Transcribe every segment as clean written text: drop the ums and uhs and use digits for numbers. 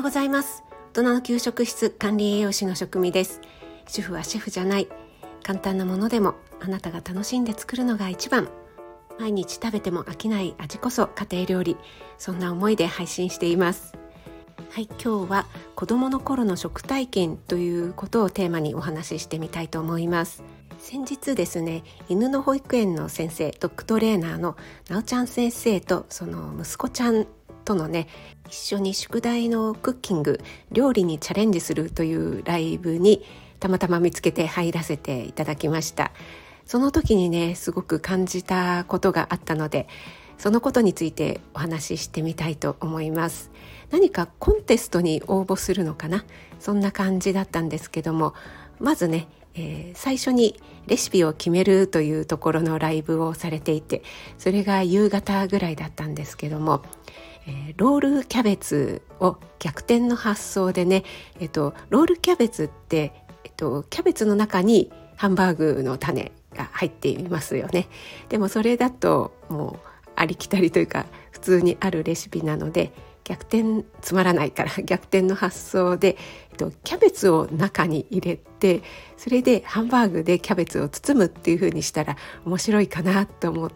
ございます。大人の給食室管理栄養士の食味です。主婦はシェフじゃない。簡単なものでもあなたが楽しんで作るのが一番。毎日食べても飽きない味こそ家庭料理。そんな思いで配信しています。はい、今日は子供の頃の食体験ということをテーマにお話ししてみたいと思います。先日ですね、犬の保育園の先生、ドッグトレーナーのなおちゃん先生とその息子ちゃんとのね、一緒に宿題のクッキング、料理にチャレンジするというライブにたまたま見つけて入らせていただきました。その時にね、すごく感じたことがあったので、そのことについてお話ししてみたいと思います。何かコンテストに応募するのかな、そんな感じだったんですけども、まずね、最初にレシピを決めるというところのライブをされていて、それが夕方ぐらいだったんですけども、ロールキャベツを逆転の発想でね、ロールキャベツって、キャベツの中にハンバーグの種が入っていますよね。でもそれだともうありきたりというか普通にあるレシピなので、逆転つまらないから逆転の発想で、キャベツを中に入れて、それでハンバーグでキャベツを包むっていう風にしたら面白いかなと思って、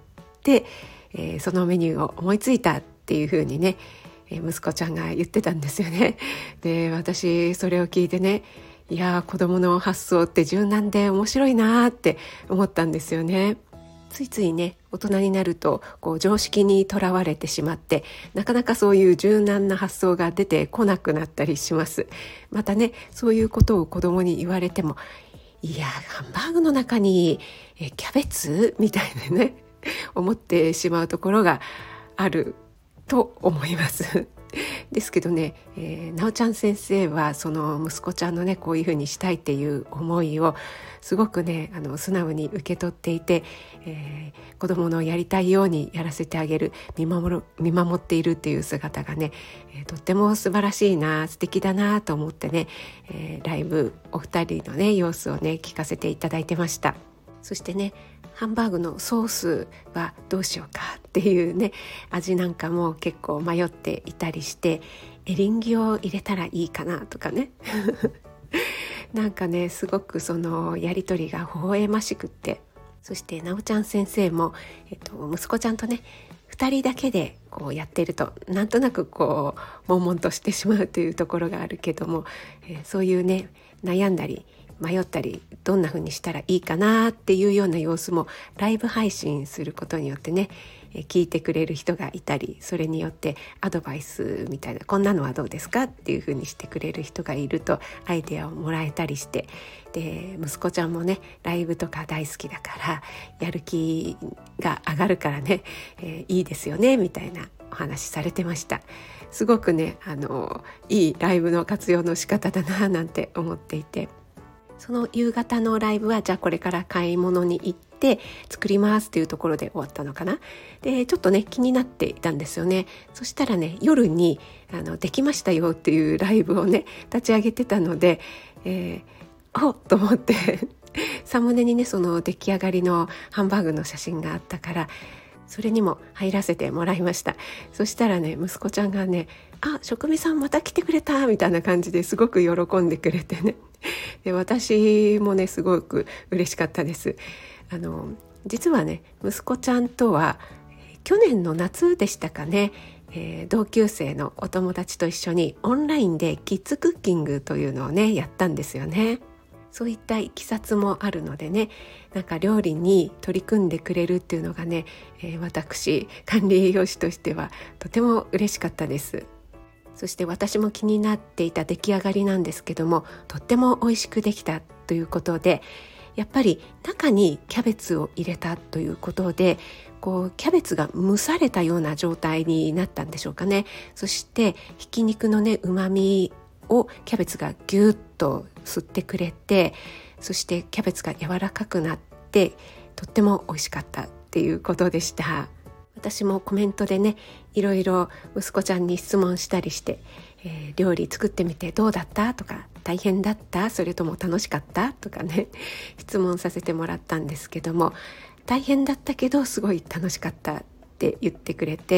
そのメニューを思いついたっていう風にね、息子ちゃんが言ってたんですよね。で、私それを聞いてね、いや子供の発想って柔軟で面白いなって思ったんですよね。ついついね、大人になると常識にとらわれてしまって、なかなかそういう柔軟な発想が出てこなくなったりします。またね、そういうことを子供に言われても、いやハンバーグの中にキャベツみたいなね思ってしまうところがあると思いますですけどね、なおちゃん先生はその息子ちゃんのね、こういう風にしたいっていう思いをすごくね、素直に受け取っていて、子供のやりたいようにやらせてあげる、見守っているっていう姿がね、とっても素晴らしいな、素敵だなと思ってね、ライブお二人のね様子をね聞かせていただいてました。そしてね、ハンバーグのソースはどうしようかっていうね、味なんかも結構迷っていたりして、エリンギを入れたらいいかなとかねなんかね、すごくそのやりとりが微笑ましくって、そしてなおちゃん先生も、息子ちゃんとね2人だけでやっていると、なんとなく悶々としてしまうというところがあるけども、そういうね、悩んだり迷ったり、どんな風にしたらいいかなっていうような様子もライブ配信することによってね、聞いてくれる人がいたり、それによってアドバイスみたいな、こんなのはどうですかっていう風にしてくれる人がいるとアイデアをもらえたりして、で息子ちゃんもねライブとか大好きだからやる気が上がるからね、いいですよねみたいなお話されてました。すごくね、いいライブの活用の仕方だななんて思っていて、その夕方のライブはじゃあこれから買い物に行って作りますっていうところで終わったのかな。でちょっとね気になっていたんですよね。そしたらね、夜にできましたよっていうライブをね立ち上げてたので、おっと思ってサムネにねその出来上がりのハンバーグの写真があったから、それにも入らせてもらいました。そしたらね、息子ちゃんがね、あ、食味さんまた来てくれたみたいな感じですごく喜んでくれてね、で私もねすごく嬉しかったです。実はね、息子ちゃんとは去年の夏でしたかね、同級生のお友達と一緒にオンラインでキッズクッキングというのをねやったんですよね。そういったいきさつもあるのでね、なんか料理に取り組んでくれるっていうのがね、私管理栄養士としてはとても嬉しかったです。そして私も気になっていた出来上がりなんですけども、とっても美味しくできたということで、やっぱり中にキャベツを入れたということで、キャベツが蒸されたような状態になったんでしょうかね。そしてひき肉のね旨味をキャベツがギュッと吸ってくれて、そしてキャベツが柔らかくなってとっても美味しかったっていうことでした。私もコメントでねいろいろ息子ちゃんに質問したりして、料理作ってみてどうだったとか、大変だった、それとも楽しかったとかね質問させてもらったんですけども、大変だったけどすごい楽しかったって言ってくれて、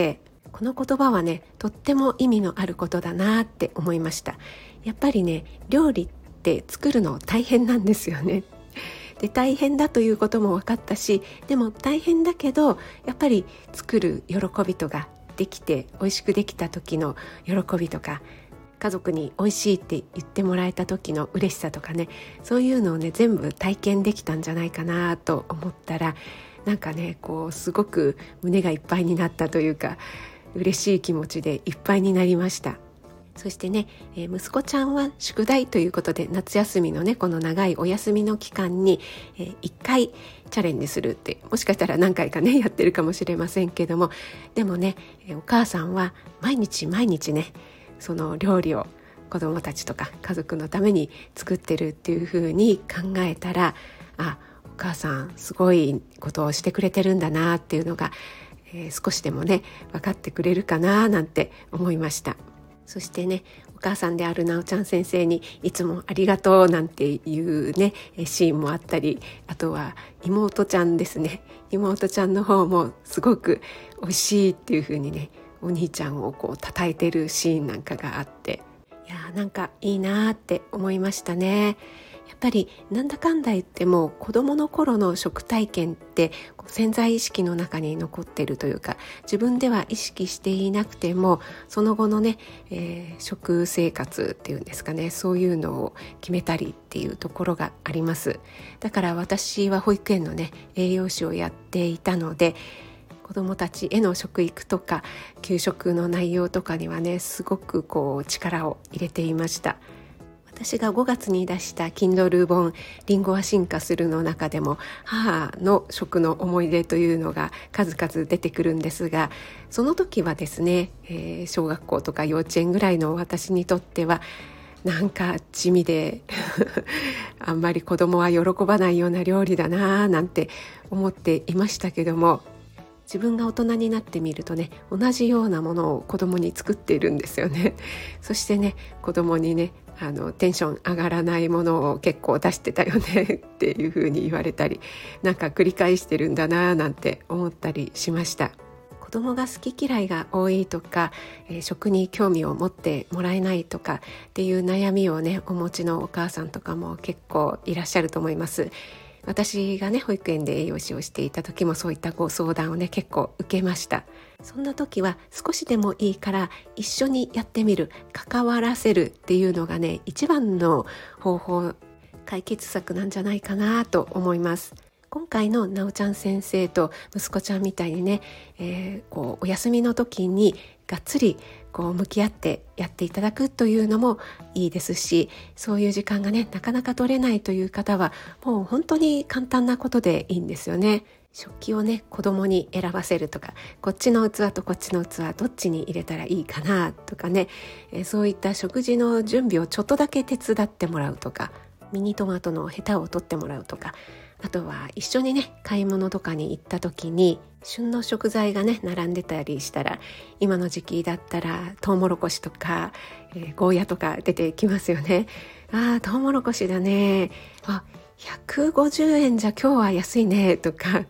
この言葉はね、とっても意味のあることだなって思いました。やっぱりね、料理って作るの大変なんですよね。で、大変だということも分かったし、でも大変だけどやっぱり作る喜びとか、できて美味しくできた時の喜びとか、家族に美味しいって言ってもらえた時の嬉しさとかね、そういうのをね全部体験できたんじゃないかなと思ったら、なんかねこうすごく胸がいっぱいになったというか、嬉しい気持ちでいっぱいになりました。そしてね、息子ちゃんは宿題ということで、夏休みのねこの長いお休みの期間に、1回チャレンジするって、もしかしたら何回かねやってるかもしれませんけども、でもね、お母さんは毎日毎日ねその料理を子どもたちとか家族のために作ってるっていう風に考えたら、あ、お母さんすごいことをしてくれてるんだなっていうのが、少しでもね分かってくれるかななんて思いました。そしてね、お母さんであるなおちゃん先生にいつもありがとうなんていうねシーンもあったり、あとは妹ちゃんですね、妹ちゃんの方もすごく美味しいっていう風にねお兄ちゃんをこう叩いてるシーンなんかがあって、いやなんかいいなって思いましたね。やっぱりなんだかんだ言っても子どもの頃の食体験って潜在意識の中に残っているというか、自分では意識していなくてもその後のね、食生活っていうんですかね、そういうのを決めたりっていうところがあります。だから私は保育園のね栄養士をやっていたので、子どもたちへの食育とか給食の内容とかにはねすごくこう力を入れていました。私が5月に出した Kindle 本リンゴは進化するの中でも、母の食の思い出というのが数々出てくるんですが、その時はですね、小学校とか幼稚園ぐらいの私にとってはなんか地味であんまり子供は喜ばないような料理だななんて思っていましたけども、自分が大人になってみるとね、同じようなものを子供に作っているんですよね。そしてね、子供にねテンション上がらないものを結構出してたよねっていう風に言われたり、なんか繰り返してるんだななんて思ったりしました。子供が好き嫌いが多いとか、食に興味を持ってもらえないとかっていう悩みをねお持ちのお母さんとかも結構いらっしゃると思います。私がね保育園で栄養士をしていた時もそういったご相談をね結構受けました。そんな時は少しでもいいから一緒にやってみる、関わらせるっていうのがね一番の方法、解決策なんじゃないかなと思います。今回のなおちゃん先生と息子ちゃんみたいにね、こうお休みの時にがっつりこう向き合ってやっていただくというのもいいですし、そういう時間がねなかなか取れないという方はもう本当に簡単なことでいいんですよね。食器をね子供に選ばせるとか、こっちの器とこっちの器どっちに入れたらいいかなとかね、そういった食事の準備をちょっとだけ手伝ってもらうとか、ミニトマトのヘタを取ってもらうとか、あとは一緒にね買い物とかに行った時に旬の食材がね並んでたりしたら、今の時期だったらトウモロコシとか、ゴーヤとか出てきますよね。トウモロコシだね、150円じゃ今日は安いねとか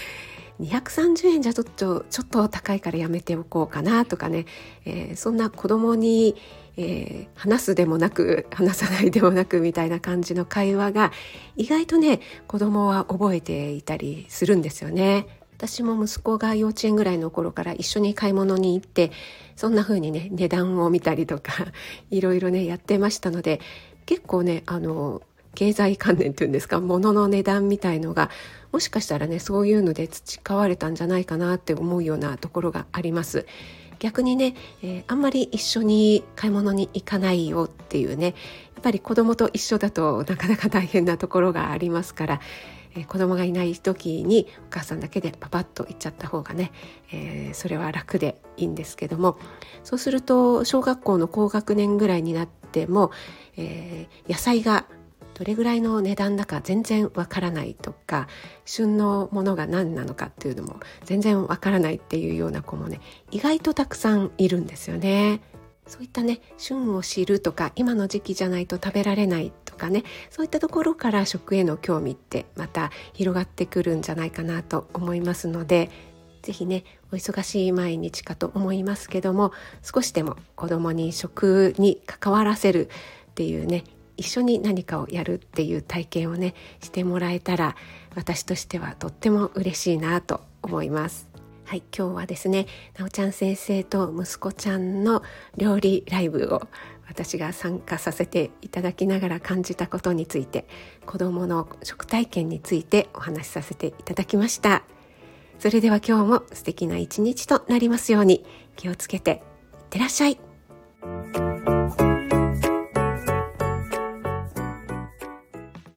230円じゃちょっと高いからやめておこうかなとかね、そんな子供に、話すでもなく話さないでもなくみたいな感じの会話が意外とね子供は覚えていたりするんですよね。私も息子が幼稚園ぐらいの頃から一緒に買い物に行って、そんな風にね値段を見たりとかいろいろねやってましたので、結構ね経済観念というんですか、物の値段みたいのがもしかしたらねそういうので培われたんじゃないかなって思うようなところがあります。逆にね、あんまり一緒に買い物に行かないよっていうね、やっぱり子供と一緒だとなかなか大変なところがありますから、子供がいない時にお母さんだけでパパッと行っちゃった方がね、それは楽でいいんですけども、そうすると小学校の高学年ぐらいになっても、野菜がどれぐらいの値段だか全然わからないとか、旬のものが何なのかっていうのも全然わからないっていうような子もね意外とたくさんいるんですよね。そういったね旬を知るとか、今の時期じゃないと食べられないとかね、そういったところから食への興味ってまた広がってくるんじゃないかなと思いますので、 ぜひねお忙しい毎日かと思いますけども、少しでも子どもに食に関わらせるっていうね、一緒に何かをやるっていう体験をねしてもらえたら、私としてはとっても嬉しいなと思います。はい、今日はですね、なおちゃん先生と息子ちゃんの料理ライブを私が参加させていただきながら感じたことについて、子どもの食体験についてお話しさせていただきました。それでは今日も素敵な一日となりますように。気をつけていってらっしゃい。